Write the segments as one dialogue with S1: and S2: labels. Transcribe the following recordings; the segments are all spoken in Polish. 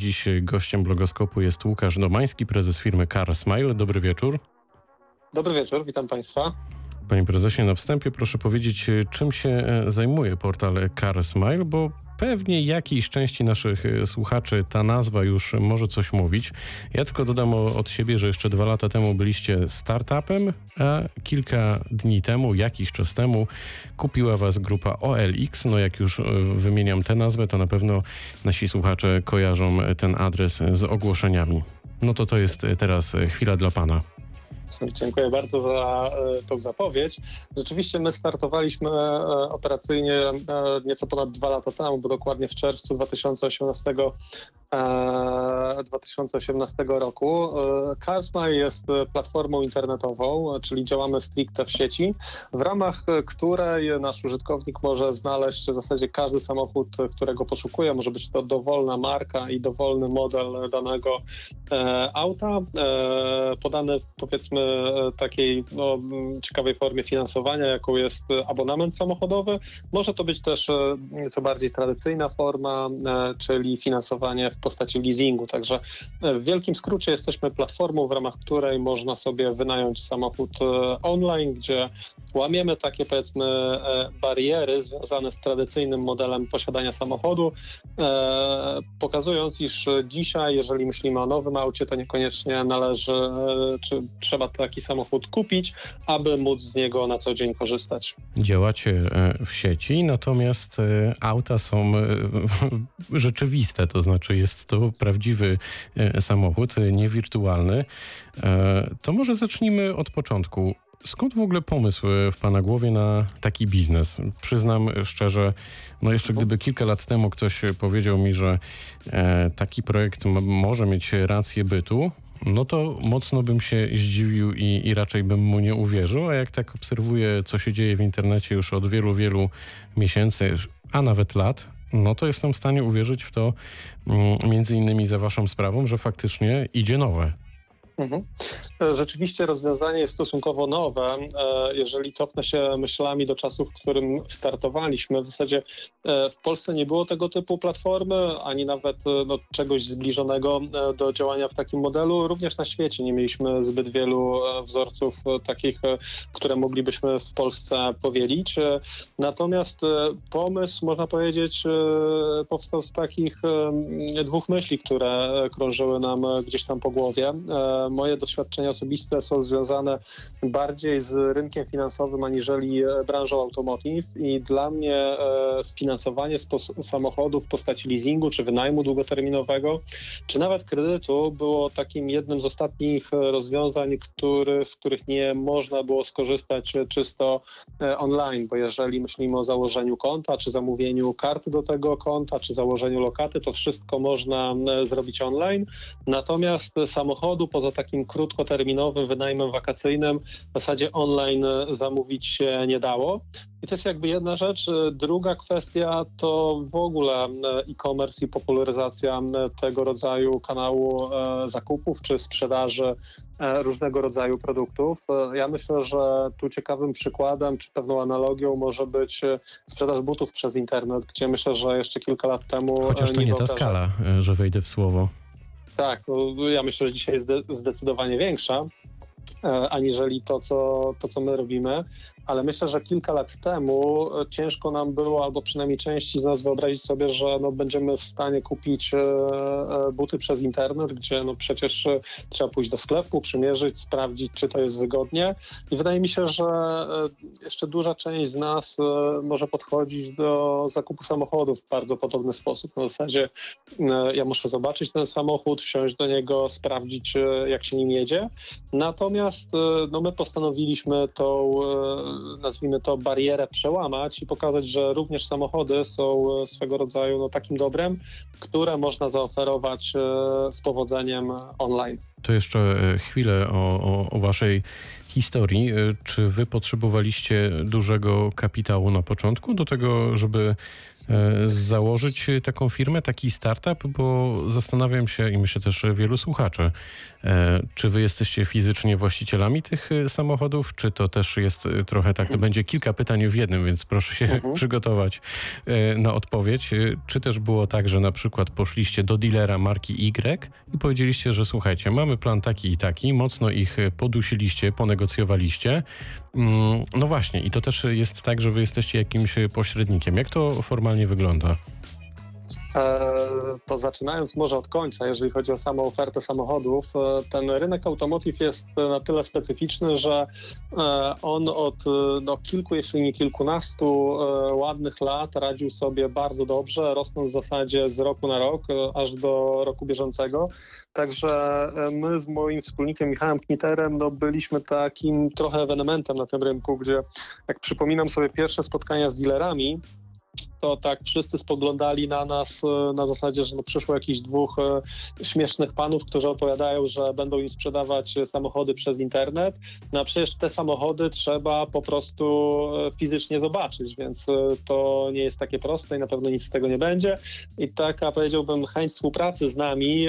S1: Dziś gościem Blogoskopu jest Łukasz Domański, prezes firmy CarSmile. Dobry wieczór.
S2: Dobry wieczór, witam Państwa.
S1: Panie prezesie, na wstępie proszę powiedzieć, czym się zajmuje portal CarSmile, bo pewnie jakiejś części naszych słuchaczy ta nazwa już może coś mówić. Ja tylko dodam od siebie, że jeszcze 2 lata temu byliście startupem, a kilka dni temu, jakiś czas temu kupiła was grupa OLX. No jak już wymieniam tę nazwę, to na pewno nasi słuchacze kojarzą ten adres z ogłoszeniami. No to jest teraz chwila dla pana.
S2: Dziękuję bardzo za tą zapowiedź. Rzeczywiście my startowaliśmy operacyjnie nieco ponad 2 lata temu, bo dokładnie w czerwcu 2018 roku. CarSmile jest platformą internetową, czyli działamy stricte w sieci, w ramach której nasz użytkownik może znaleźć w zasadzie każdy samochód, którego poszukuje. Może być to dowolna marka i dowolny model danego auta, podany powiedzmy takiej ciekawej formie finansowania, jaką jest abonament samochodowy. Może to być też nieco bardziej tradycyjna forma, czyli finansowanie w postaci leasingu. Także w wielkim skrócie jesteśmy platformą, w ramach której można sobie wynająć samochód online, gdzie łamiemy takie powiedzmy bariery związane z tradycyjnym modelem posiadania samochodu, pokazując, iż dzisiaj, jeżeli myślimy o nowym aucie, to niekoniecznie należy, czy trzeba taki samochód kupić, aby móc z niego na co dzień korzystać.
S1: Działacie w sieci, natomiast auta są rzeczywiste, to znaczy jest to prawdziwy samochód, nie wirtualny. To może zacznijmy od początku. Skąd w ogóle pomysł w pana głowie na taki biznes? Przyznam szczerze, jeszcze gdyby kilka lat temu ktoś powiedział mi, że taki projekt może mieć rację bytu, no to mocno bym się zdziwił i raczej bym mu nie uwierzył, a jak tak obserwuję, co się dzieje w internecie już od wielu, wielu miesięcy, a nawet lat, no to jestem w stanie uwierzyć w to między innymi za waszą sprawą, że faktycznie idzie nowe.
S2: Rzeczywiście rozwiązanie jest stosunkowo nowe. Jeżeli cofnę się myślami do czasów, w którym startowaliśmy, w zasadzie w Polsce nie było tego typu platformy, ani nawet czegoś zbliżonego do działania w takim modelu. Również na świecie nie mieliśmy zbyt wielu wzorców takich, które moglibyśmy w Polsce powielić. Natomiast pomysł, można powiedzieć, powstał z takich 2 myśli, które krążyły nam gdzieś tam po głowie. Moje doświadczenia osobiste są związane bardziej z rynkiem finansowym aniżeli branżą automotive i dla mnie sfinansowanie samochodu w postaci leasingu czy wynajmu długoterminowego, czy nawet kredytu było takim jednym z ostatnich rozwiązań, z których nie można było skorzystać czysto online, bo jeżeli myślimy o założeniu konta, czy zamówieniu karty do tego konta, czy założeniu lokaty, to wszystko można zrobić online. Natomiast samochodu poza takim krótkoterminowym wynajmem wakacyjnym w zasadzie online zamówić się nie dało. I to jest jakby jedna rzecz. Druga kwestia to w ogóle e-commerce i popularyzacja tego rodzaju kanału zakupów czy sprzedaży różnego rodzaju produktów. Ja myślę, że tu ciekawym przykładem czy pewną analogią może być sprzedaż butów przez internet, gdzie myślę, że jeszcze kilka lat temu...
S1: Chociaż to nie ta skala, że wejdę w słowo.
S2: Tak, ja myślę, że dzisiaj jest zdecydowanie większa aniżeli to, co my robimy, ale myślę, że kilka lat temu ciężko nam było, albo przynajmniej części z nas wyobrazić sobie, że będziemy w stanie kupić buty przez internet, gdzie przecież trzeba pójść do sklepu, przymierzyć, sprawdzić, czy to jest wygodnie. I wydaje mi się, że jeszcze duża część z nas może podchodzić do zakupu samochodów w bardzo podobny sposób. Na zasadzie ja muszę zobaczyć ten samochód, wsiąść do niego, sprawdzić, jak się nim jedzie. Natomiast my postanowiliśmy tą, nazwijmy to, barierę przełamać i pokazać, że również samochody są swego rodzaju takim dobrem, które można zaoferować z powodzeniem online.
S1: To jeszcze chwilę o waszej historii. Czy wy potrzebowaliście dużego kapitału na początku do tego, żeby założyć taką firmę, taki startup, bo zastanawiam się i myślę też wielu słuchaczy, czy wy jesteście fizycznie właścicielami tych samochodów, czy to też jest trochę tak, to będzie kilka pytań w jednym, więc proszę się przygotować na odpowiedź. Czy też było tak, że na przykład poszliście do dealera marki Y i powiedzieliście, że słuchajcie, mamy plan taki i taki, mocno ich podusiliście, ponegocjowaliście. No właśnie, i to też jest tak, że wy jesteście jakimś pośrednikiem. Jak to formalnie wygląda?
S2: To zaczynając może od końca, jeżeli chodzi o samą ofertę samochodów, ten rynek automotive jest na tyle specyficzny, że on od kilku, jeśli nie kilkunastu ładnych lat radził sobie bardzo dobrze, rosnąc w zasadzie z roku na rok, aż do roku bieżącego. Także my z moim wspólnikiem Michałem Kniterem byliśmy takim trochę ewenementem na tym rynku, gdzie jak przypominam sobie pierwsze spotkania z dealerami, to tak wszyscy spoglądali na nas na zasadzie, że przyszło jakichś dwóch śmiesznych panów, którzy opowiadają, że będą im sprzedawać samochody przez internet. No a przecież te samochody trzeba po prostu fizycznie zobaczyć, więc to nie jest takie proste i na pewno nic z tego nie będzie. I taka, powiedziałbym, chęć współpracy z nami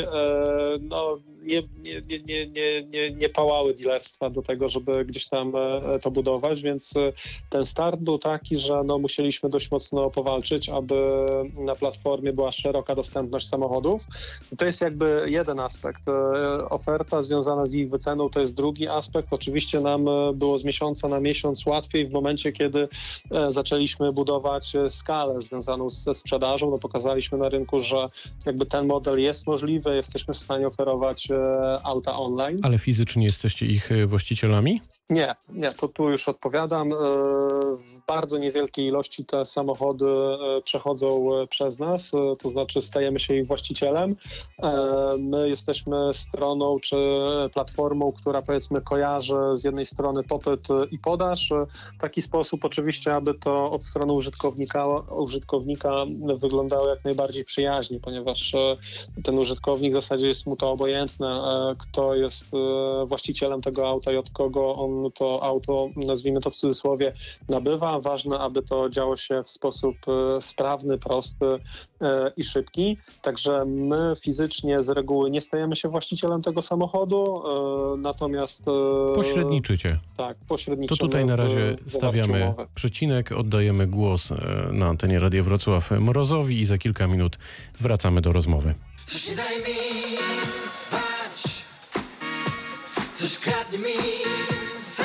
S2: nie pałały dealerstwa do tego, żeby gdzieś tam to budować, więc ten start był taki, że musieliśmy dość mocno powalczyć, aby na platformie była szeroka dostępność samochodów. To jest jakby jeden aspekt. Oferta związana z ich wyceną to jest drugi aspekt. Oczywiście nam było z miesiąca na miesiąc łatwiej w momencie, kiedy zaczęliśmy budować skalę związaną ze sprzedażą. pokazaliśmy na rynku, że jakby ten model jest możliwy, jesteśmy w stanie oferować auta online.
S1: Ale fizycznie jesteście ich właścicielami?
S2: Nie, to tu już odpowiadam. W bardzo niewielkiej ilości te samochody przechodzą przez nas, to znaczy stajemy się ich właścicielem. My jesteśmy stroną czy platformą, która powiedzmy kojarzy z jednej strony popyt i podaż. W taki sposób oczywiście, aby to od strony użytkownika wyglądało jak najbardziej przyjaźnie, ponieważ ten użytkownik w zasadzie jest mu to obojętne, kto jest właścicielem tego auta i od kogo on to auto, nazwijmy to w cudzysłowie, nabywa. Ważne, aby to działo się w sposób sprawny, prosty i szybki. Także my fizycznie z reguły nie stajemy się właścicielem tego samochodu, natomiast...
S1: Pośredniczycie.
S2: Tak, pośredniczymy.
S1: To tutaj na razie stawiamy przecinek, oddajemy głos na antenie Radia Wrocław Mrozowi i za kilka minut wracamy do rozmowy.
S3: Coś nie daje mi spać, coś kradnie mi sen,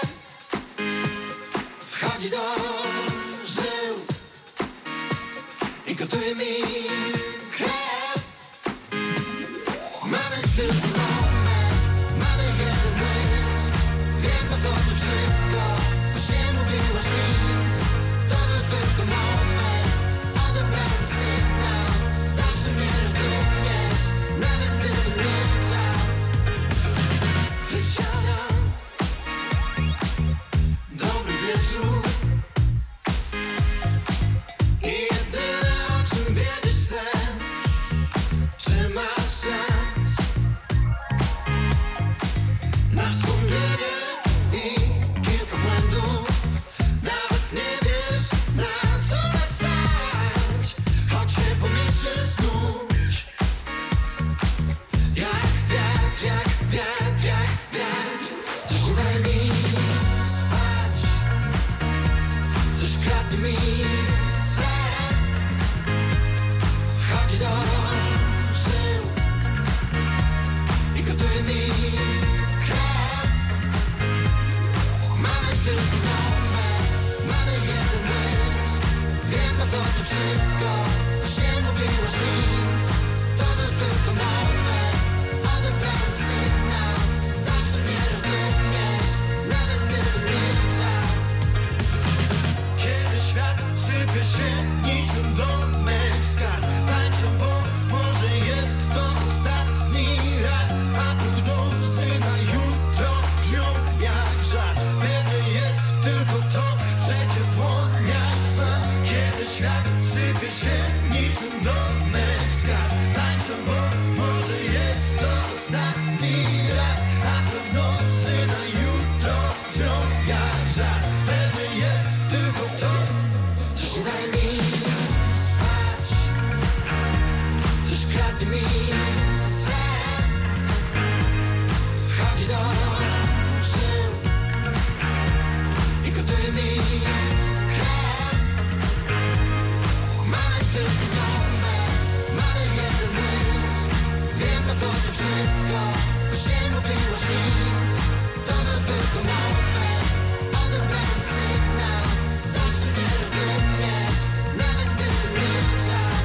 S3: wchodzi do żył i gotuje mi krew. Mamy tylko moment, mamy jeden błysk, wiem po tobie wszystko, choć nie mówiłaś nic. To był tylko moment, odebrałem sygnał, zawsze mnie rozumiesz, nawet gdybym milczał. Wysiadam, dobry wieczór i jedyne o czym wiedzieć chcę, czy masz czas na wspomnienie i kilka błędów. Nawet nie wiesz, na co trafiłaś nic. To był tylko moment, odebrałem sygnał. Zawsze nie rozumiesz, nawet gdybym milczał.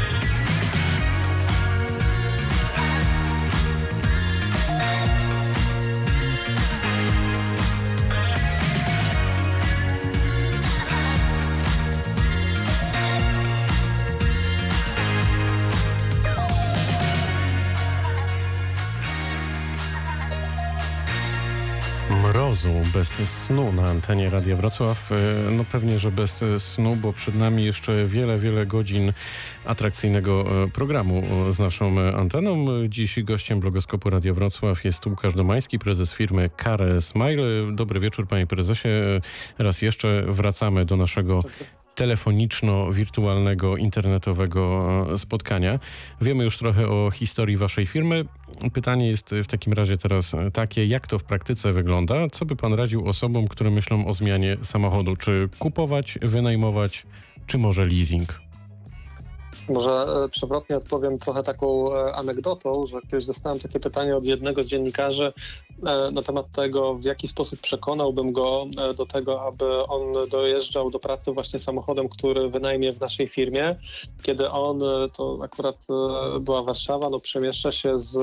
S1: Mrozu bez snu na antenie Radia Wrocław. No pewnie, że bez snu, bo przed nami jeszcze wiele godzin atrakcyjnego programu z naszą anteną. Dziś gościem blogoskopu Radia Wrocław jest Łukasz Domański, prezes firmy Care Smile. Dobry wieczór, panie prezesie. Raz jeszcze wracamy do naszego telefoniczno-wirtualnego, internetowego spotkania. Wiemy już trochę o historii waszej firmy. Pytanie jest w takim razie teraz takie, jak to w praktyce wygląda? Co by pan radził osobom, które myślą o zmianie samochodu? Czy kupować, wynajmować, czy może leasing?
S2: Może przewrotnie odpowiem trochę taką anegdotą, że kiedyś dostałem takie pytanie od jednego z dziennikarzy na temat tego, w jaki sposób przekonałbym go do tego, aby on dojeżdżał do pracy właśnie samochodem, który wynajmie w naszej firmie. Kiedy on, to akurat była Warszawa, no przemieszcza się z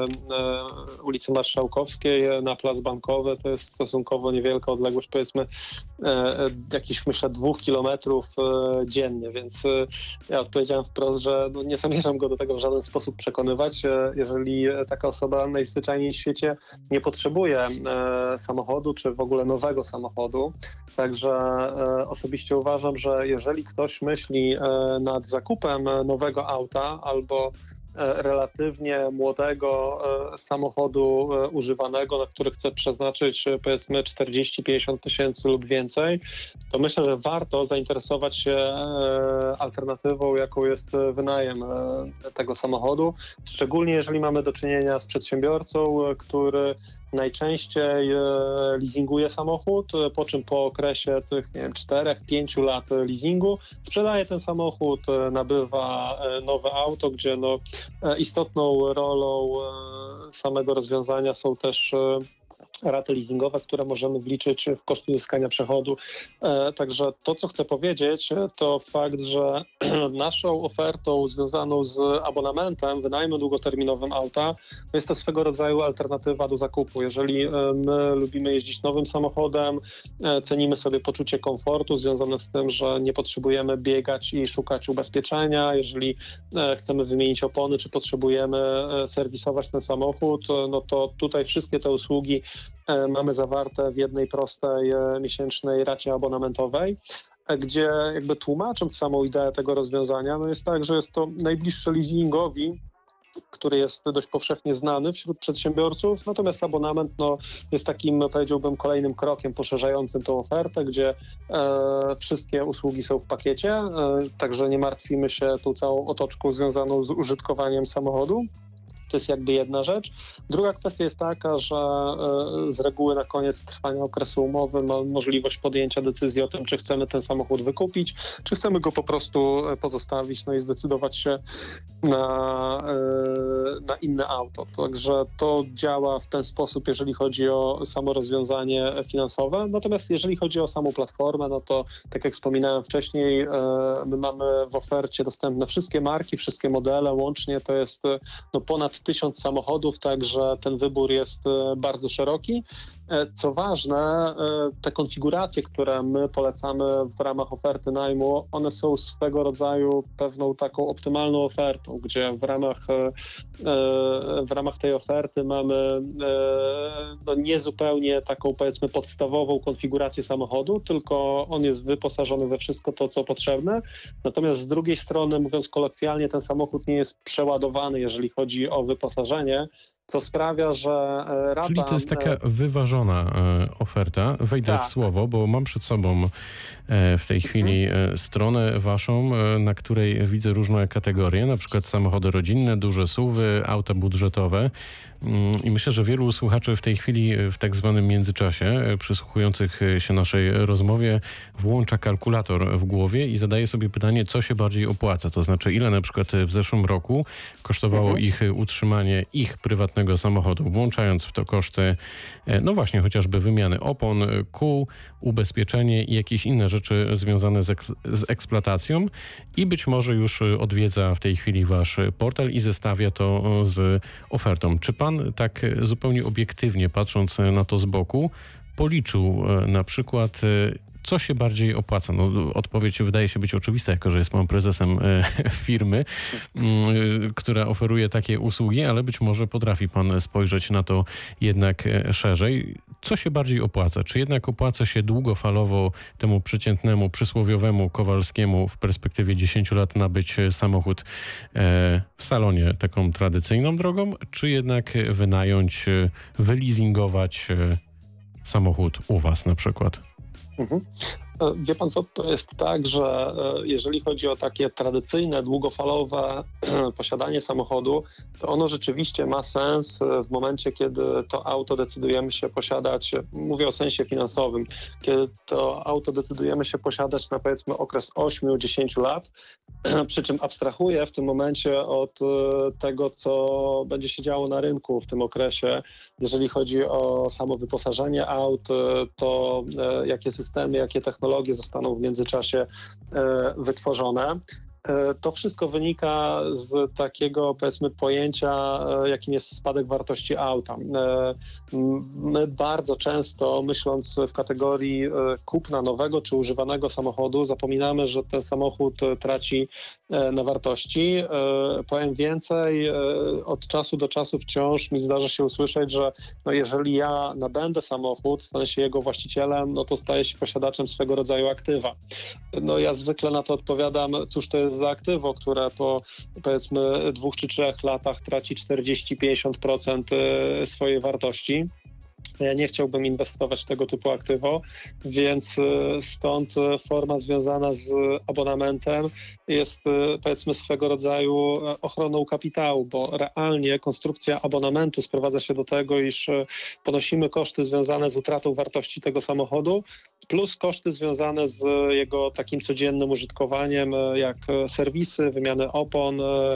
S2: ulicy Marszałkowskiej na Plac Bankowy. To jest stosunkowo niewielka odległość, powiedzmy jakichś, myślę, 2 kilometrów dziennie, więc ja odpowiedziałem wprost, że no nie zamierzam go do tego w żaden sposób przekonywać. Jeżeli taka osoba najzwyczajniej w świecie nie potrzebuje samochodu, czy w ogóle nowego samochodu. Także osobiście uważam, że jeżeli ktoś myśli nad zakupem nowego auta albo relatywnie młodego samochodu używanego, na który chce przeznaczyć powiedzmy 40-50 tysięcy lub więcej, to myślę, że warto zainteresować się alternatywą, jaką jest wynajem tego samochodu, szczególnie jeżeli mamy do czynienia z przedsiębiorcą, który najczęściej leasinguje samochód, po czym po okresie tych, nie wiem, 4-5 lat leasingu sprzedaje ten samochód, nabywa nowe auto, gdzie no, istotną rolą samego rozwiązania są też raty leasingowe, które możemy wliczyć w koszt uzyskania przechodu. Także to, co chcę powiedzieć, to fakt, że naszą ofertą związaną z abonamentem, wynajmem długoterminowym auta, jest to swego rodzaju alternatywa do zakupu. Jeżeli my lubimy jeździć nowym samochodem, cenimy sobie poczucie komfortu związane z tym, że nie potrzebujemy biegać i szukać ubezpieczenia, jeżeli chcemy wymienić opony, czy potrzebujemy serwisować ten samochód, no to tutaj wszystkie te usługi mamy zawarte w jednej prostej miesięcznej racie abonamentowej, gdzie jakby tłumacząc samą ideę tego rozwiązania, no jest tak, że jest to najbliższe leasingowi, który jest dość powszechnie znany wśród przedsiębiorców, natomiast abonament no, jest takim, powiedziałbym, kolejnym krokiem poszerzającym tą ofertę, gdzie wszystkie usługi są w pakiecie, także nie martwimy się tą całą otoczką związaną z użytkowaniem samochodu. To jest jakby jedna rzecz. Druga kwestia jest taka, że z reguły na koniec trwania okresu umowy mamy możliwość podjęcia decyzji o tym, czy chcemy ten samochód wykupić, czy chcemy go po prostu pozostawić, no i zdecydować się na inne auto. Także to działa w ten sposób, jeżeli chodzi o samo rozwiązanie finansowe. Natomiast jeżeli chodzi o samą platformę, no to tak jak wspominałem wcześniej, my mamy w ofercie dostępne wszystkie marki, wszystkie modele, łącznie to jest no, ponad 1000 samochodów, także ten wybór jest bardzo szeroki. Co ważne, te konfiguracje, które my polecamy w ramach oferty najmu, one są swego rodzaju pewną taką optymalną ofertą, gdzie w ramach tej oferty mamy no, nie zupełnie taką, powiedzmy, podstawową konfigurację samochodu, tylko on jest wyposażony we wszystko to, co potrzebne. Natomiast z drugiej strony, mówiąc kolokwialnie, ten samochód nie jest przeładowany, jeżeli chodzi o wyposażenie, co sprawia, że rata...
S1: Czyli to jest taka wyważona oferta. Wejdę w słowo, bo mam przed sobą w tej chwili stronę waszą, na której widzę różne kategorie, na przykład samochody rodzinne, duże SUV-y, auta budżetowe. I myślę, że wielu słuchaczy w tej chwili w tak zwanym międzyczasie, przysłuchujących się naszej rozmowie, włącza kalkulator w głowie i zadaje sobie pytanie, co się bardziej opłaca. To znaczy, ile na przykład w zeszłym roku kosztowało ich utrzymanie ich prywatnego prywatnego samochodu, włączając w to koszty, no właśnie, chociażby wymiany opon, kół, ubezpieczenie i jakieś inne rzeczy związane z eksploatacją i być może już odwiedza w tej chwili wasz portal i zestawia to z ofertą. Czy pan tak zupełnie obiektywnie, patrząc na to z boku, policzył na przykład, co się bardziej opłaca? No, odpowiedź wydaje się być oczywista, jako że jest pan prezesem firmy, która oferuje takie usługi, ale być może potrafi pan spojrzeć na to jednak szerzej. Co się bardziej opłaca? Czy jednak opłaca się długofalowo temu przeciętnemu, przysłowiowemu Kowalskiemu w perspektywie 10 lat nabyć samochód w salonie taką tradycyjną drogą, czy jednak wynająć, wyleasingować samochód u was na przykład?
S2: Wie pan co, to jest tak, że jeżeli chodzi o takie tradycyjne, długofalowe posiadanie samochodu, to ono rzeczywiście ma sens w momencie, kiedy to auto decydujemy się posiadać, mówię o sensie finansowym, kiedy to auto decydujemy się posiadać na powiedzmy okres 8-10 lat, przy czym abstrahuję w tym momencie od tego, co będzie się działo na rynku w tym okresie, jeżeli chodzi o samo wyposażenie aut, to jakie systemy, jakie technologie zostaną w międzyczasie wytworzone. To wszystko wynika z takiego, powiedzmy, pojęcia, jakim jest spadek wartości auta. My bardzo często, myśląc w kategorii kupna nowego czy używanego samochodu, zapominamy, że ten samochód traci na wartości. Powiem więcej, od czasu do czasu wciąż mi zdarza się usłyszeć, że no jeżeli ja nabędę samochód, stanę się jego właścicielem, no to staję się posiadaczem swego rodzaju aktywa. No ja zwykle na to odpowiadam, cóż to jest za aktywo, które po powiedzmy 2 czy 3 latach traci 40-50% swojej wartości. Ja nie chciałbym inwestować w tego typu aktywo, więc stąd forma związana z abonamentem jest, powiedzmy, swego rodzaju ochroną kapitału, bo realnie konstrukcja abonamentu sprowadza się do tego, iż ponosimy koszty związane z utratą wartości tego samochodu, plus koszty związane z jego takim codziennym użytkowaniem, jak serwisy, wymiany opon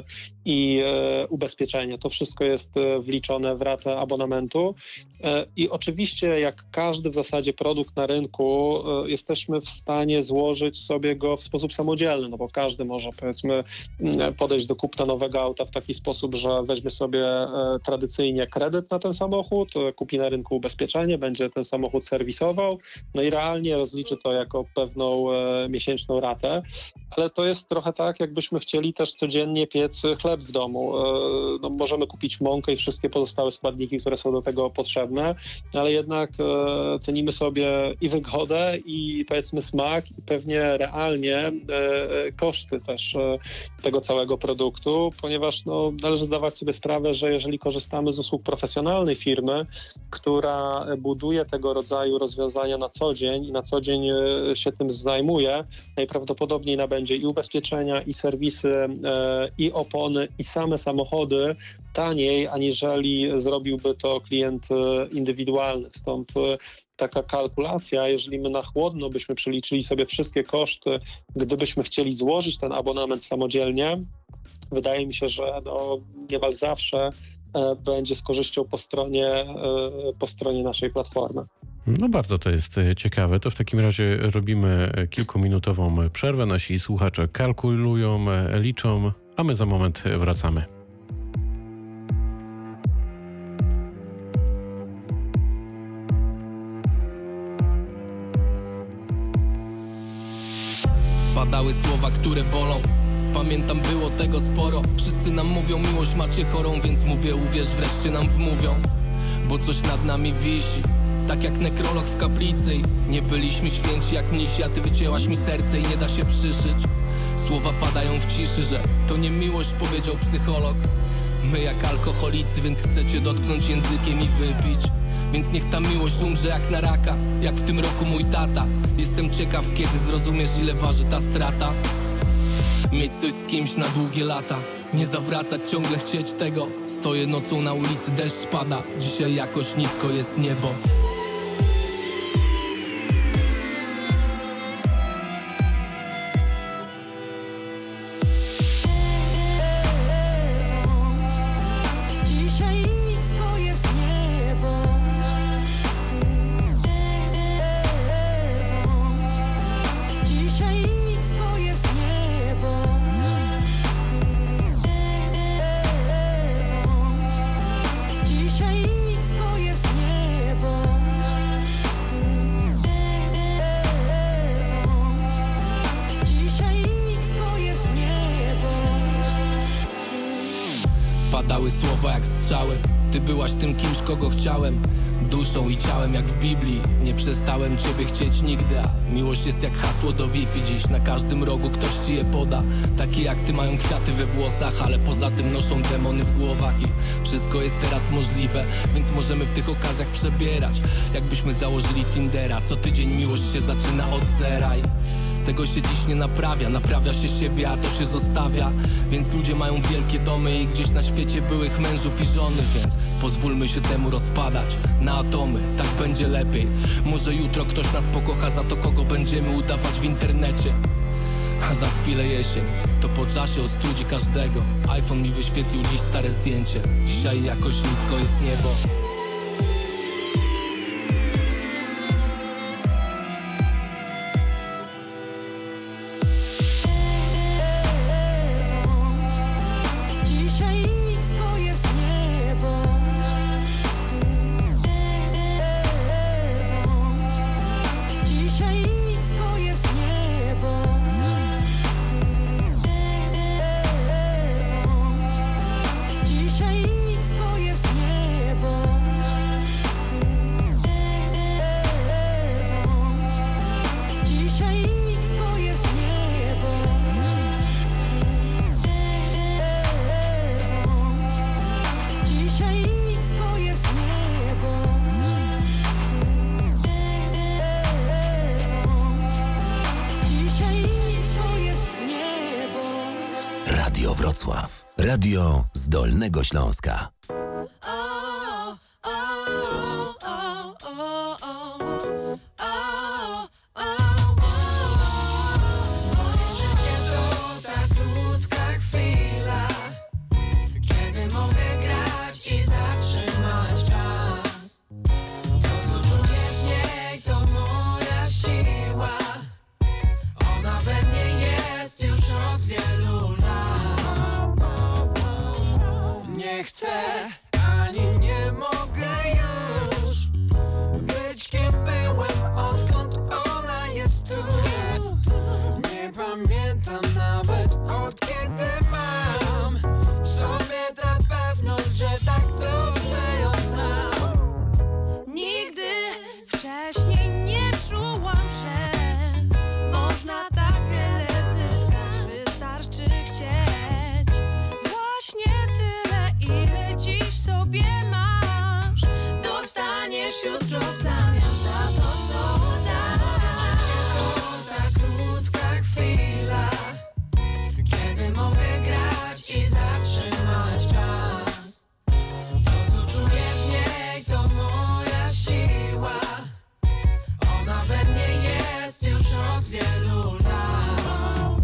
S2: i ubezpieczenie. To wszystko jest wliczone w ratę abonamentu. I oczywiście, jak każdy w zasadzie produkt na rynku, jesteśmy w stanie złożyć sobie go w sposób samodzielny, no bo każdy może, powiedzmy, podejść do kupna nowego auta w taki sposób, że weźmie sobie tradycyjnie kredyt na ten samochód, kupi na rynku ubezpieczenie, będzie ten samochód serwisował, no i realnie rozliczy to jako pewną miesięczną ratę, ale to jest trochę tak, jakbyśmy chcieli też codziennie piec chleb w domu. No, możemy kupić mąkę i wszystkie pozostałe składniki, które są do tego potrzebne, ale jednak cenimy sobie i wygodę, i powiedzmy smak, i pewnie realnie koszty też tego całego produktu, ponieważ no, należy zdawać sobie sprawę, że jeżeli korzystamy z usług profesjonalnej firmy, która buduje tego rodzaju rozwiązania na co dzień i na co dzień się tym zajmuje, najprawdopodobniej nabędzie i ubezpieczenia, i serwisy, i opony, i same samochody taniej, aniżeli zrobiłby to klient indywidualny. Stąd taka kalkulacja, jeżeli my na chłodno byśmy przeliczyli sobie wszystkie koszty, gdybyśmy chcieli złożyć ten abonament samodzielnie, wydaje mi się, że no, niemal zawsze będzie z korzyścią po stronie naszej platformy.
S1: No bardzo to jest ciekawe. To w takim razie robimy kilkuminutową przerwę. Nasi słuchacze kalkulują, liczą, a my za moment wracamy.
S4: Padały słowa, które bolą. Pamiętam, było tego sporo. Wszyscy nam mówią, miłość macie chorą, więc mówię, uwierz, wreszcie nam wmówią. Bo coś nad nami wisi, tak jak nekrolog w kaplicy. Nie byliśmy święci jak mnisi, a ty wycięłaś mi serce i nie da się przyszyć. Słowa padają w ciszy, że to nie miłość, powiedział psycholog. My jak alkoholicy, więc chcecie dotknąć językiem i wypić. Więc niech ta miłość umrze jak na raka, jak w tym roku mój tata. Jestem ciekaw, kiedy zrozumiesz, ile waży ta strata. Mieć coś z kimś na długie lata, nie zawracać, ciągle chcieć tego. Stoję nocą na ulicy, deszcz pada. Dzisiaj jakoś nisko jest niebo.
S3: Dzisiaj nic
S4: słowa jak strzały. Ty byłaś tym kimś, kogo chciałem, duszą i ciałem jak w Biblii. Nie przestałem ciebie chcieć nigdy, a miłość jest jak hasło do Wi-Fi. Dziś na każdym rogu ktoś ci je poda. Takie jak ty mają kwiaty we włosach, ale poza tym noszą demony w głowach. I wszystko jest teraz możliwe, więc możemy w tych okazjach przebierać. Jakbyśmy założyli Tindera, co tydzień miłość się zaczyna od zera. I tego się dziś nie naprawia, naprawia się siebie, a to się zostawia. Więc ludzie mają wielkie domy i gdzieś na świecie byłych mężów i żony. Więc pozwólmy się temu rozpadać na atomy, tak będzie lepiej. Może jutro ktoś nas pokocha za to, kogo będziemy udawać w internecie. A za chwilę jesień, to po czasie ostudzi każdego. iPhone mi wyświetlił dziś stare zdjęcie. Dzisiaj jakoś nisko jest niebo.
S5: Dzisiaj nisko jest niebo. Dzisiaj nisko jest niebo. Dzisiaj nisko jest niebo. Dzisiaj nisko jest niebo. Dzisiaj nisko jest niebo. Dzisiaj nisko jest niebo.
S6: Radio Wrocław. Radio z Dolnego Śląska.
S3: Moje życie to ta krótka chwila, kiedy mogę grać i zatrzymać czas. To, co czuję w niej, to moja siła. Ona we mnie jest już od wielu lat. Nie chcę, ani nie mogę już być kim byłem, odkąd ona jest tu. Nie pamiętam nawet od kiedy mam w sobie tę pewność, że tak dobrze ją znam.
S5: Nigdy wcześniej nie czułam, że można tak wiele zyskać. Wystarczy chcieć właśnie tyle, ile dziś w sobie masz. Dostaniesz jutro w zamian za to, co dasz.
S3: To ta krótka chwila, kiedy mogę grać i zatrzymać czas. To, co czuję w niej, to moja siła. Ona we mnie jest już od wielu lat.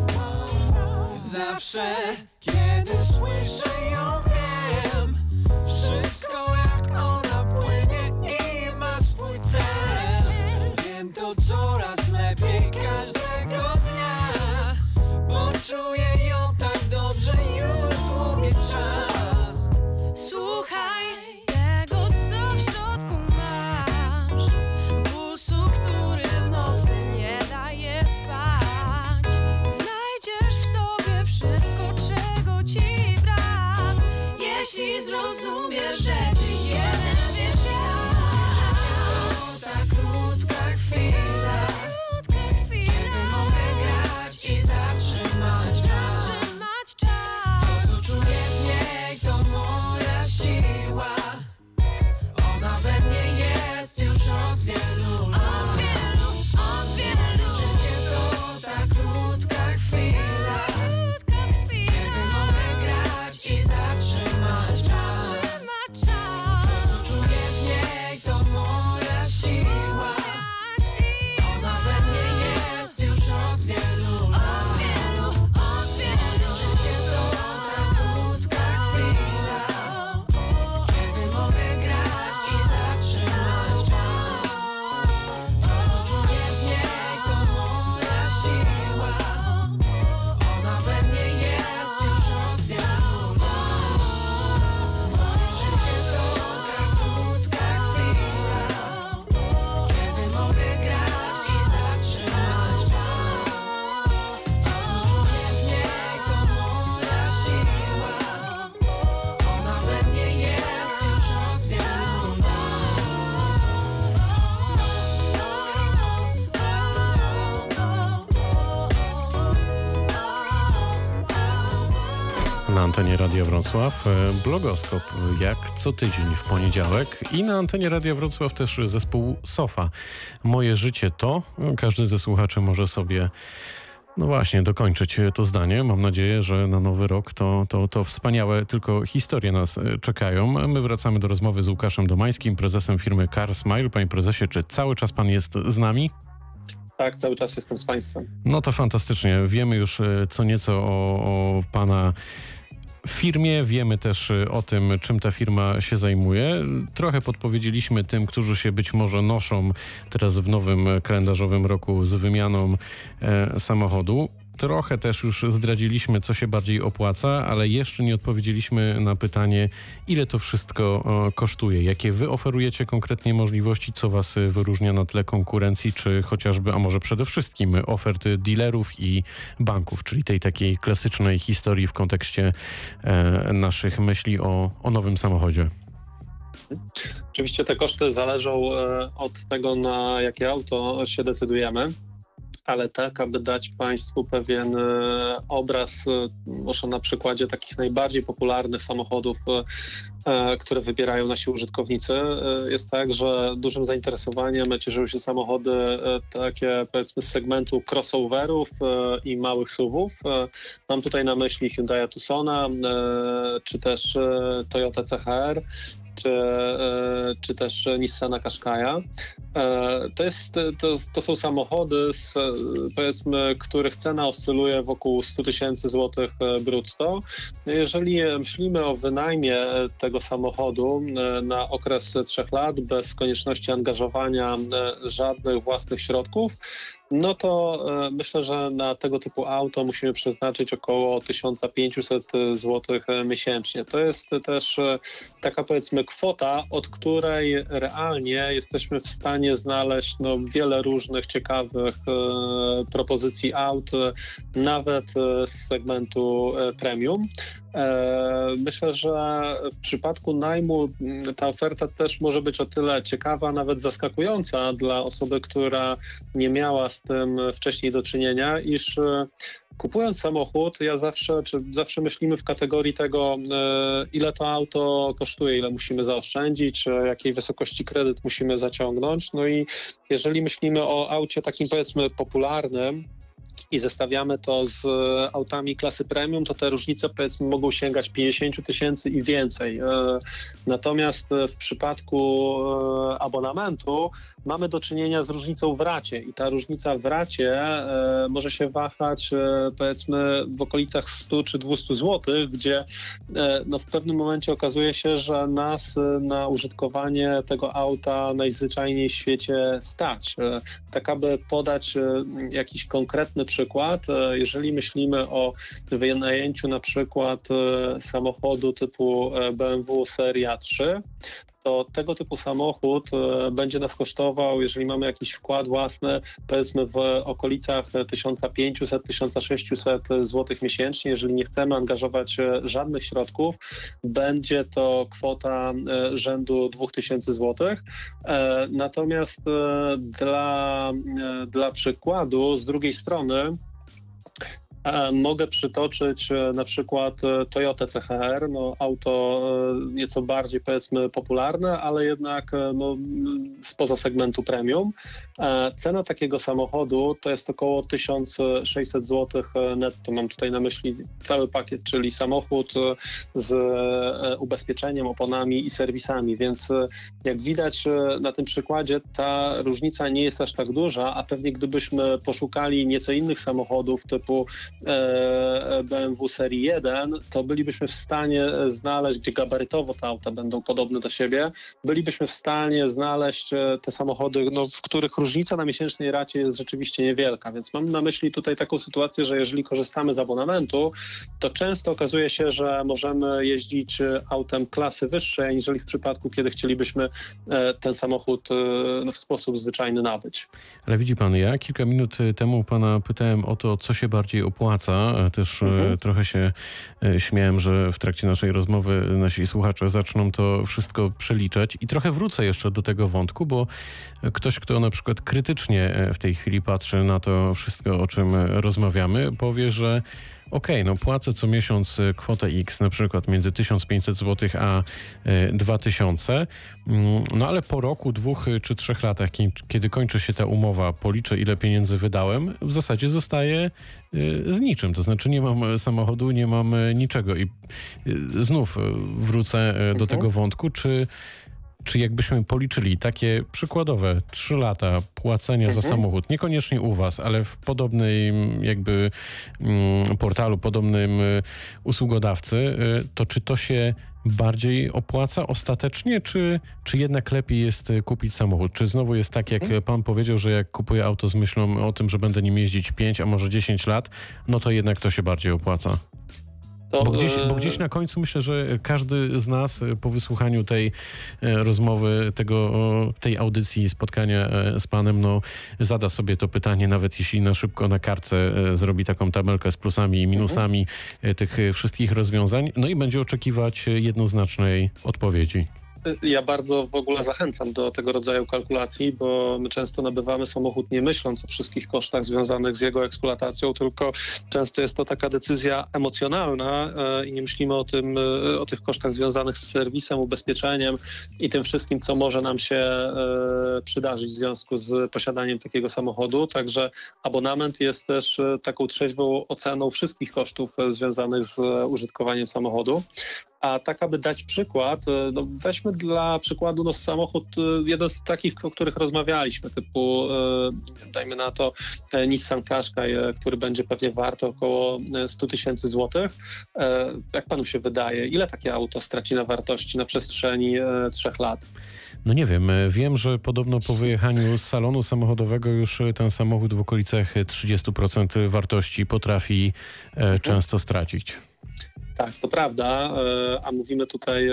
S3: Zawsze, kiedy słyszę ją, wiem wszystko jak ona płynie i ma swój cel. Wiem to coraz lepiej każdego dnia, bo czuję ją tak dobrze już długi czas.
S5: Słuchaj tego, co w środku masz, pulsu, który w nocy nie daje spać. Znajdziesz w sobie wszystko, czego ci brak, jeśli zrozumiesz, że ty jeden wiesz jak.
S3: To ta krótka chwila, kiedy mogę grać i zatrzymać czas.
S5: Trzymać czas.
S3: To, co czuję w niej, to moja siła. Ona we mnie jest już od wielu lat. Życie to ta krótka chwila, kiedy mogę grać i zatrzymać czas.
S1: Na antenie Radia Wrocław blogoskop jak co tydzień w poniedziałek i na antenie Radia Wrocław też zespół Sofa. Moje życie to, każdy ze słuchaczy może sobie dokończyć to zdanie. Mam nadzieję, że na nowy rok to wspaniałe tylko historie nas czekają. My wracamy do rozmowy z Łukaszem Domańskim, prezesem firmy Car Smile. Panie prezesie, czy cały czas pan jest z nami?
S2: Tak, cały czas jestem z państwem.
S1: No to fantastycznie. Wiemy już co nieco o pana firmie, wiemy też o tym, czym ta firma się zajmuje. Trochę podpowiedzieliśmy tym, którzy się być może noszą teraz w nowym kalendarzowym roku z wymianą samochodu. Trochę też już zdradziliśmy, co się bardziej opłaca, ale jeszcze nie odpowiedzieliśmy na pytanie, ile to wszystko kosztuje. Jakie wy oferujecie konkretnie możliwości, co was wyróżnia na tle konkurencji, czy chociażby, a może przede wszystkim oferty dealerów i banków, czyli tej takiej klasycznej historii w kontekście naszych myśli o nowym samochodzie.
S2: Oczywiście te koszty zależą od tego, na jakie auto się decydujemy. Ale tak, aby dać Państwu pewien obraz, może na przykładzie takich najbardziej popularnych samochodów, które wybierają nasi użytkownicy, jest tak, że dużym zainteresowaniem cieszyły się samochody takie, powiedzmy, z segmentu crossoverów i małych SUV-ów. Mam tutaj na myśli Hyundai Tucsona, czy też Toyota CHR, czy też Nissana Qashqai'a. To są samochody, powiedzmy, których cena oscyluje wokół 100 000 złotych brutto. Jeżeli myślimy o wynajmie tego samochodu na okres 3 lat bez konieczności angażowania żadnych własnych środków, no to myślę, że na tego typu auto musimy przeznaczyć około 1500 zł miesięcznie. To jest też taka, powiedzmy, kwota, od której realnie jesteśmy w stanie znaleźć wiele różnych ciekawych propozycji aut, nawet z segmentu premium. Myślę, że w przypadku najmu ta oferta też może być o tyle ciekawa, nawet zaskakująca dla osoby, która nie miała z tym wcześniej do czynienia, iż kupując samochód, zawsze myślimy w kategorii tego, ile to auto kosztuje, ile musimy zaoszczędzić, jakiej wysokości kredyt musimy zaciągnąć. No i jeżeli myślimy o aucie takim, powiedzmy, popularnym, i zestawiamy to z autami klasy premium, to te różnice, powiedzmy, mogą sięgać 50 000 i więcej. Natomiast w przypadku abonamentu mamy do czynienia z różnicą w racie i ta różnica w racie może się wahać, powiedzmy, w okolicach 100 czy 200 zł, gdzie w pewnym momencie okazuje się, że nas na użytkowanie tego auta najzwyczajniej w świecie stać. Tak, aby podać jakiś konkretny przykład, jeżeli myślimy o wynajęciu na przykład samochodu typu BMW Seria 3, to tego typu samochód będzie nas kosztował, jeżeli mamy jakiś wkład własny, powiedzmy w okolicach 1500-1600 zł miesięcznie. Jeżeli nie chcemy angażować żadnych środków, będzie to kwota rzędu 2000 zł. Natomiast dla przykładu, z drugiej strony, mogę przytoczyć na przykład Toyota CHR, auto nieco bardziej, powiedzmy, popularne, ale jednak spoza segmentu premium. Cena takiego samochodu to jest około 1600 zł netto. Mam tutaj na myśli cały pakiet, czyli samochód z ubezpieczeniem, oponami i serwisami, więc jak widać na tym przykładzie, ta różnica nie jest aż tak duża, a pewnie gdybyśmy poszukali nieco innych samochodów typu BMW serii 1, to bylibyśmy w stanie znaleźć, gdzie gabarytowo te auta będą podobne do siebie, bylibyśmy w stanie znaleźć te samochody, w których różnica na miesięcznej racie jest rzeczywiście niewielka, więc mam na myśli tutaj taką sytuację, że jeżeli korzystamy z abonamentu, to często okazuje się, że możemy jeździć autem klasy wyższej, aniżeli w przypadku, kiedy chcielibyśmy ten samochód w sposób zwyczajny nabyć.
S1: Ale widzi pan, ja kilka minut temu pana pytałem o to, co się bardziej opłaca. Też trochę się śmiałem, że w trakcie naszej rozmowy nasi słuchacze zaczną to wszystko przeliczać i trochę wrócę jeszcze do tego wątku, bo ktoś, kto na przykład krytycznie w tej chwili patrzy na to wszystko, o czym rozmawiamy, powie, że okej, no płacę co miesiąc kwotę X, na przykład między 1500 zł a 2000, no ale po roku, 2 czy 3 latach, kiedy kończy się ta umowa, policzę ile pieniędzy wydałem, w zasadzie zostaję z niczym, to znaczy nie mam samochodu, nie mam niczego i znów wrócę do tego wątku, czy jakbyśmy policzyli takie przykładowe 3 lata płacenia za samochód, niekoniecznie u was, ale w podobnym jakby portalu, podobnym usługodawcy, to czy to się bardziej opłaca ostatecznie, czy jednak lepiej jest kupić samochód? Czy znowu jest tak, jak pan powiedział, że jak kupuję auto z myślą o tym, że będę nim jeździć 5, a może 10 lat, no to jednak to się bardziej opłaca? Bo gdzieś na końcu myślę, że każdy z nas po wysłuchaniu tej rozmowy, tej audycji, spotkania z panem, no zada sobie to pytanie, nawet jeśli na szybko na kartce zrobi taką tabelkę z plusami i minusami tych wszystkich rozwiązań, no i będzie oczekiwać jednoznacznej odpowiedzi.
S2: Ja bardzo w ogóle zachęcam do tego rodzaju kalkulacji, bo my często nabywamy samochód nie myśląc o wszystkich kosztach związanych z jego eksploatacją, tylko często jest to taka decyzja emocjonalna i nie myślimy o tych kosztach związanych z serwisem, ubezpieczeniem i tym wszystkim, co może nam się przydarzyć w związku z posiadaniem takiego samochodu. Także abonament jest też taką trzeźwą oceną wszystkich kosztów związanych z użytkowaniem samochodu. A tak, aby dać przykład, no weźmy dla przykładu samochód, jeden z takich, o których rozmawialiśmy, typu dajmy na to Nissan Qashqai, który będzie pewnie wart około 100 000 złotych. Jak panu się wydaje, ile takie auto straci na wartości na przestrzeni 3 lat?
S1: No nie wiem, że podobno po wyjechaniu z salonu samochodowego już ten samochód w okolicach 30% wartości potrafi często stracić.
S2: Tak, to prawda, a mówimy tutaj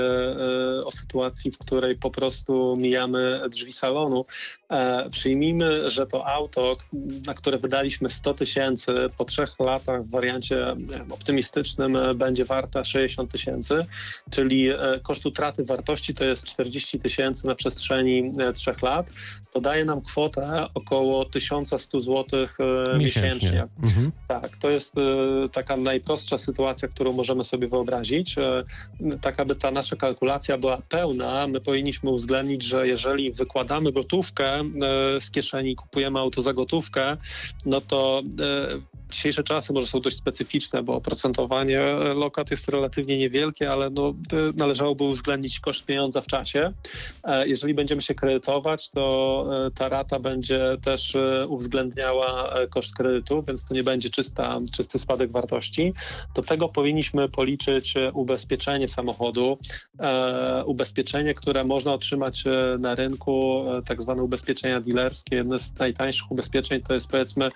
S2: o sytuacji, w której po prostu mijamy drzwi salonu. Przyjmijmy, że to auto, na które wydaliśmy 100 000, po 3 latach w wariancie optymistycznym będzie warta 60 000, czyli koszt utraty wartości to jest 40 000 na przestrzeni 3 lat. To daje nam kwotę około 1100 zł miesięcznie. Tak, to jest taka najprostsza sytuacja, którą możemy sobie wyobrazić. Tak, aby ta nasza kalkulacja była pełna, my powinniśmy uwzględnić, że jeżeli wykładamy gotówkę z kieszeni, kupujemy auto za gotówkę, no to dzisiejsze czasy może są dość specyficzne, bo oprocentowanie lokat jest relatywnie niewielkie, ale no, należałoby uwzględnić koszt pieniądza w czasie. Jeżeli będziemy się kredytować, to ta rata będzie też uwzględniała koszt kredytu, więc to nie będzie czysty spadek wartości. Do tego powinniśmy policzyć ubezpieczenie samochodu. Ubezpieczenie, które można otrzymać na rynku, tak zwane ubezpieczenia dealerskie. Jedne z najtańszych ubezpieczeń to jest powiedzmy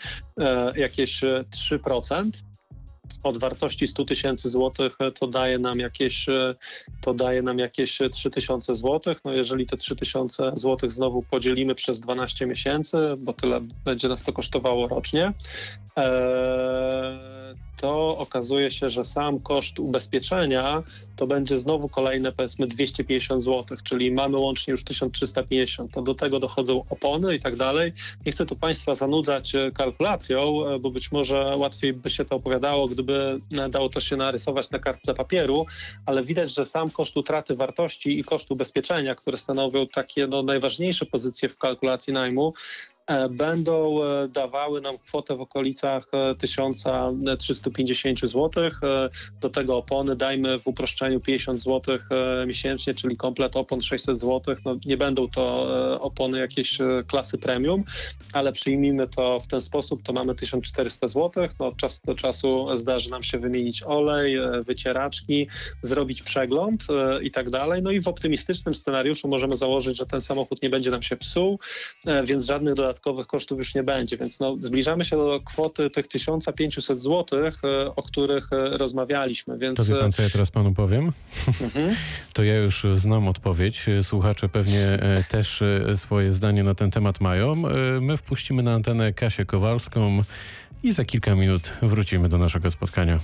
S2: jakieś 3%. Od wartości 100 000 złotych to daje nam jakieś 3000 złotych. No jeżeli te 3000 złotych znowu podzielimy przez 12 miesięcy, bo tyle będzie nas to kosztowało rocznie, to okazuje się, że sam koszt ubezpieczenia to będzie znowu kolejne powiedzmy 250 zł, czyli mamy łącznie już 1350. To do tego dochodzą opony i tak dalej. Nie chcę tu Państwa zanudzać kalkulacją, bo być może łatwiej by się to opowiadało, gdyby dało to się narysować na kartce papieru, ale widać, że sam koszt utraty wartości i koszt ubezpieczenia, które stanowią takie najważniejsze pozycje w kalkulacji najmu, będą dawały nam kwotę w okolicach 1350 zł. Do tego opony dajmy w uproszczeniu 50 zł miesięcznie, czyli komplet opon 600 zł. No, nie będą to opony jakiejś klasy premium, ale przyjmijmy to w ten sposób, to mamy 1400 zł. No, od czasu do czasu zdarzy nam się wymienić olej, wycieraczki, zrobić przegląd i tak dalej. No i w optymistycznym scenariuszu możemy założyć, że ten samochód nie będzie nam się psuł, więc żadnych dodatkowych kosztów już nie będzie, więc no, zbliżamy się do kwoty tych 1500 zł, o których rozmawialiśmy. Więc...
S1: To wie pan, co ja teraz panu powiem? To ja już znam odpowiedź. Słuchacze pewnie też swoje zdanie na ten temat mają. My wpuścimy na antenę Kasię Kowalską i za kilka minut wrócimy do naszego spotkania.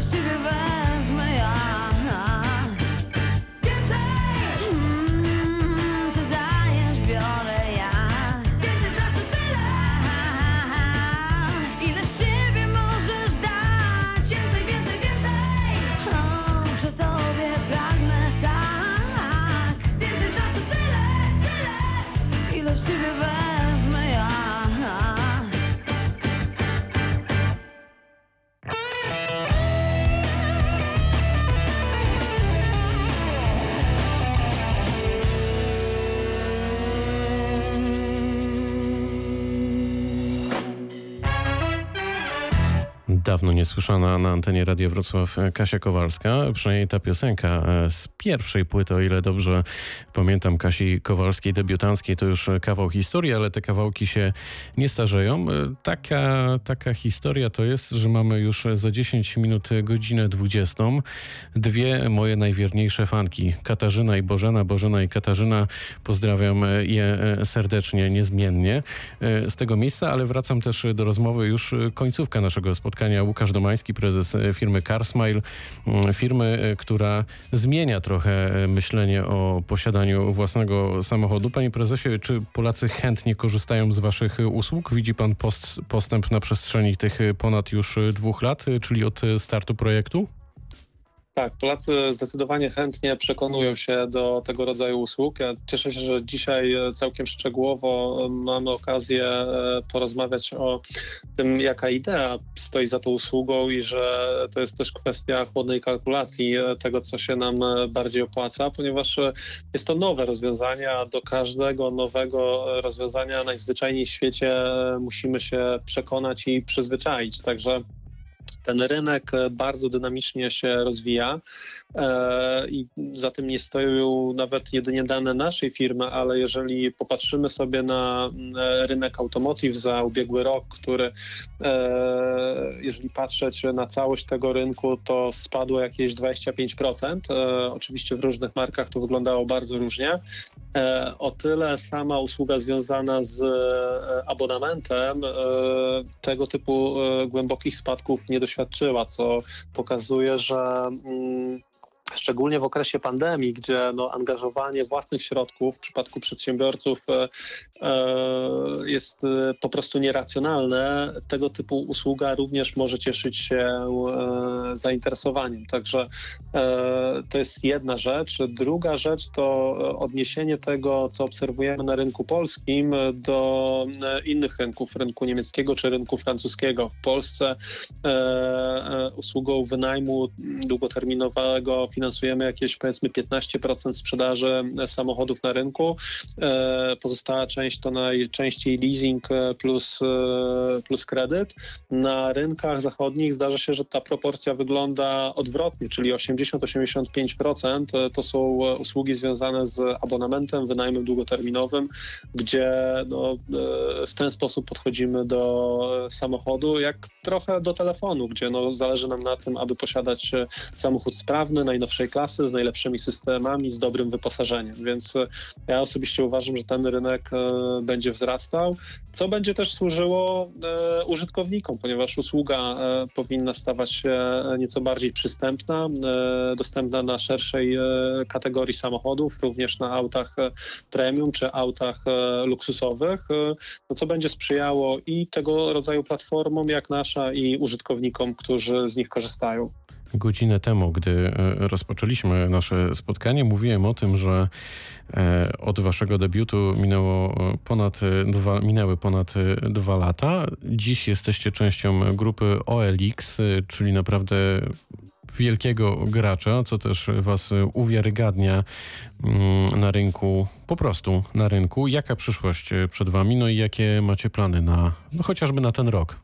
S5: z ciebie wezmę ja. Więcej! Ty dajesz, biorę ja. Więcej znaczy tyle. Ile z ciebie możesz dać? Więcej, więcej, więcej! O, przy tobie pragnę tak. Więcej znaczy tyle, tyle. Ile z ciebie wezmę ja.
S1: Dawno niesłyszana na antenie Radia Wrocław Kasia Kowalska, przynajmniej ta piosenka z pierwszej płyty, o ile dobrze pamiętam, Kasi Kowalskiej, debiutanckiej, to już kawał historii, ale te kawałki się nie starzeją. Taka historia to jest, że mamy już za 10 minut godzinę 20. Dwie moje najwierniejsze fanki, Katarzyna i Bożena. Bożena i Katarzyna, pozdrawiam je serdecznie, niezmiennie z tego miejsca, ale wracam też do rozmowy, już końcówka naszego spotkania. Łukasz Domański, prezes firmy CarSmile, firmy, która zmienia trochę myślenie o posiadaniu własnego samochodu. Panie prezesie, czy Polacy chętnie korzystają z waszych usług? Widzi pan postęp na przestrzeni tych ponad już 2 lat, czyli od startu projektu?
S2: Tak, Polacy zdecydowanie chętnie przekonują się do tego rodzaju usług. Ja cieszę się, że dzisiaj całkiem szczegółowo mamy okazję porozmawiać o tym, jaka idea stoi za tą usługą i że to jest też kwestia chłodnej kalkulacji tego, co się nam bardziej opłaca, ponieważ jest to nowe rozwiązanie, a do każdego nowego rozwiązania najzwyczajniej w świecie musimy się przekonać i przyzwyczaić. Także ten rynek bardzo dynamicznie się rozwija i za tym nie stoją nawet jedynie dane naszej firmy, ale jeżeli popatrzymy sobie na rynek automotive za ubiegły rok, który jeżeli patrzeć na całość tego rynku, to spadło jakieś 25%. Oczywiście w różnych markach to wyglądało bardzo różnie. O tyle sama usługa związana z abonamentem tego typu głębokich spadków nie doświadczyła, co pokazuje, że szczególnie w okresie pandemii, gdzie angażowanie własnych środków w przypadku przedsiębiorców jest po prostu nieracjonalne, tego typu usługa również może cieszyć się zainteresowaniem. Także to jest jedna rzecz. Druga rzecz to odniesienie tego, co obserwujemy na rynku polskim do innych rynków, rynku niemieckiego czy rynku francuskiego. W Polsce usługą wynajmu długoterminowego finansujemy jakieś powiedzmy 15% sprzedaży samochodów na rynku. Pozostała część to najczęściej leasing plus kredyt. Na rynkach zachodnich zdarza się, że ta proporcja wygląda odwrotnie, czyli 80-85% to są usługi związane z abonamentem, wynajmem długoterminowym, gdzie w ten sposób podchodzimy do samochodu, jak trochę do telefonu, gdzie zależy nam na tym, aby posiadać samochód sprawny, najnowszej klasy, z najlepszymi systemami, z dobrym wyposażeniem. Więc ja osobiście uważam, że ten rynek będzie wzrastał, co będzie też służyło użytkownikom, ponieważ usługa powinna stawać się nieco bardziej przystępna, dostępna na szerszej kategorii samochodów, również na autach premium czy autach luksusowych, co będzie sprzyjało i tego rodzaju platformom jak nasza i użytkownikom, którzy z nich korzystają.
S1: Godzinę temu, gdy rozpoczęliśmy nasze spotkanie, mówiłem o tym, że od waszego debiutu minęły ponad 2 lata. Dziś jesteście częścią grupy OLX, czyli naprawdę wielkiego gracza, co też was uwiarygadnia na rynku, po prostu na rynku. Jaka przyszłość przed wami, i jakie macie plany chociażby na ten rok?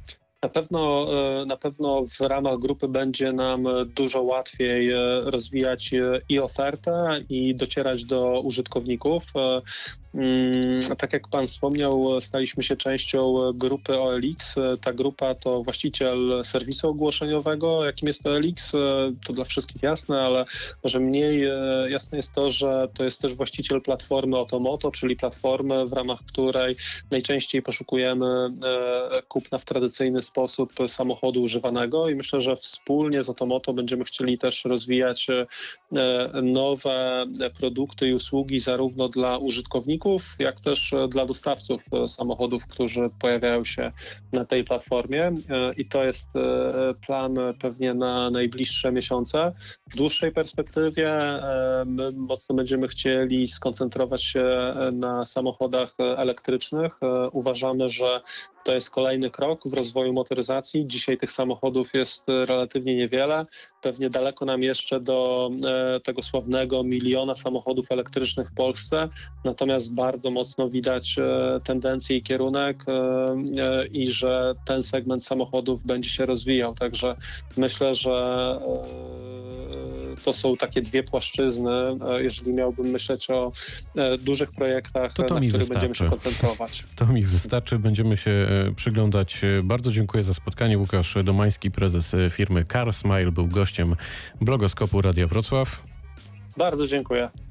S2: Na pewno w ramach grupy będzie nam dużo łatwiej rozwijać i ofertę, i docierać do użytkowników. Tak jak pan wspomniał, staliśmy się częścią grupy OLX. Ta grupa to właściciel serwisu ogłoszeniowego, jakim jest OLX. To dla wszystkich jasne, ale może mniej jasne jest to, że to jest też właściciel platformy Otomoto, czyli platformy, w ramach której najczęściej poszukujemy kupna w tradycyjny sposób sposób samochodu używanego i myślę, że wspólnie z Otomoto będziemy chcieli też rozwijać nowe produkty i usługi zarówno dla użytkowników, jak też dla dostawców samochodów, którzy pojawiają się na tej platformie i to jest plan pewnie na najbliższe miesiące. W dłuższej perspektywie my mocno będziemy chcieli skoncentrować się na samochodach elektrycznych. Uważamy, że to jest kolejny krok w rozwoju motoryzacji. Dzisiaj tych samochodów jest relatywnie niewiele. Pewnie daleko nam jeszcze do tego sławnego 1 miliona samochodów elektrycznych w Polsce. Natomiast bardzo mocno widać tendencję i kierunek i że ten segment samochodów będzie się rozwijał. Także myślę, że to są takie dwie płaszczyzny, jeżeli miałbym myśleć o dużych projektach, na których będziemy się koncentrować.
S1: To mi wystarczy. Będziemy się przyglądać. Bardzo dziękuję za spotkanie. Łukasz Domański, prezes firmy Car Smile, był gościem blogoskopu Radia Wrocław.
S2: Bardzo dziękuję.